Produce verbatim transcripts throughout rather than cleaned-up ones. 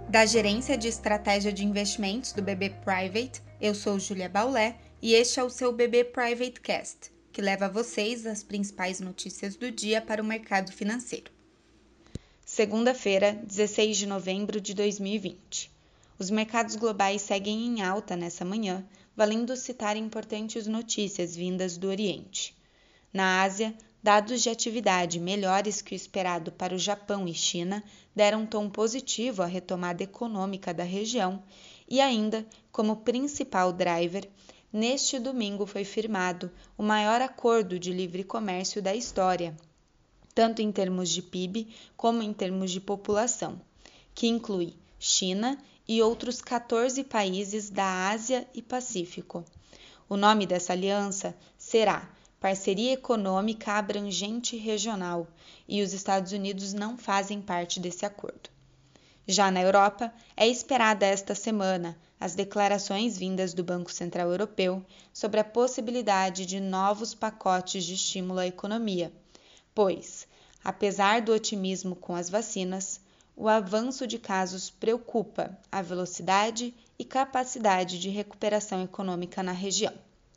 Da Gerência de Estratégia de Investimentos do B B Private, eu sou Júlia Baulé e este é o seu B B Private Cast, que leva a vocês as principais notícias do dia para o mercado financeiro. Segunda-feira, dezesseis de novembro de dois mil e vinte. Os mercados globais seguem em alta nessa manhã, valendo citar importantes notícias vindas do Oriente. Na Ásia, dados de atividade melhores que o esperado para o Japão e China deram um tom positivo à retomada econômica da região e ainda, como principal driver, neste domingo foi firmado o maior acordo de livre comércio da história, tanto em termos de P I B como em termos de população, que inclui China e outros quatorze países da Ásia e Pacífico. O nome dessa aliança será Parceria Econômica Abrangente Regional, e os Estados Unidos não fazem parte desse acordo. Já na Europa, é esperada esta semana as declarações vindas do Banco Central Europeu sobre a possibilidade de novos pacotes de estímulo à economia, pois, apesar do otimismo com as vacinas, o avanço de casos preocupa a velocidade e capacidade de recuperação econômica na região.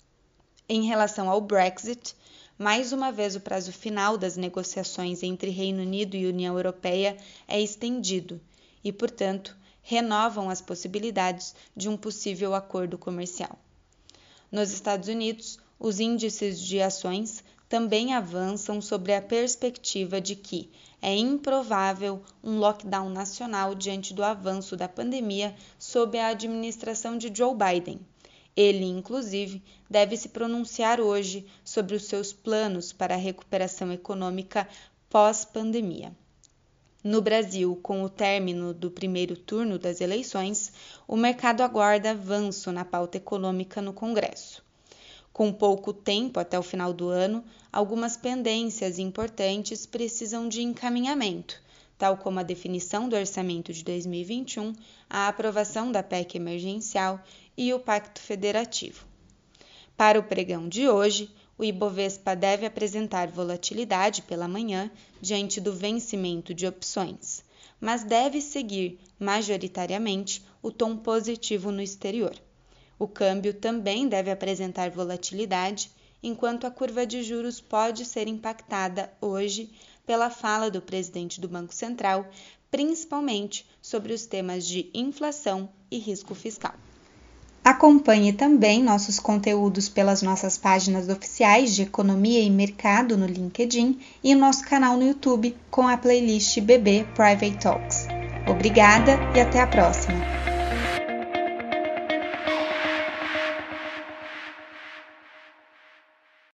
Em relação ao Brexit, mais uma vez o prazo final das negociações entre Reino Unido e União Europeia é estendido e, portanto, renovam as possibilidades de um possível acordo comercial. Nos Estados Unidos, os índices de ações também avançam sobre a perspectiva de que é improvável um lockdown nacional diante do avanço da pandemia sob a administração de Joe Biden. Ele, inclusive, deve se pronunciar hoje sobre os seus planos para a recuperação econômica pós-pandemia. No Brasil, com o término do primeiro turno das eleições, o mercado aguarda avanço na pauta econômica no Congresso. Com pouco tempo até o final do ano, algumas pendências importantes precisam de encaminhamento, tal como a definição do orçamento de dois mil e vinte e um, a aprovação da P E C emergencial e o Pacto Federativo. Para o pregão de hoje, o Ibovespa deve apresentar volatilidade pela manhã diante do vencimento de opções, mas deve seguir majoritariamente o tom positivo no exterior. O câmbio também deve apresentar volatilidade, enquanto a curva de juros pode ser impactada hoje pela fala do presidente do Banco Central, principalmente sobre os temas de inflação e risco fiscal. Acompanhe também nossos conteúdos pelas nossas páginas oficiais de Economia e Mercado no LinkedIn e nosso canal no YouTube com a playlist B B Private Talks. Obrigada e até a próxima!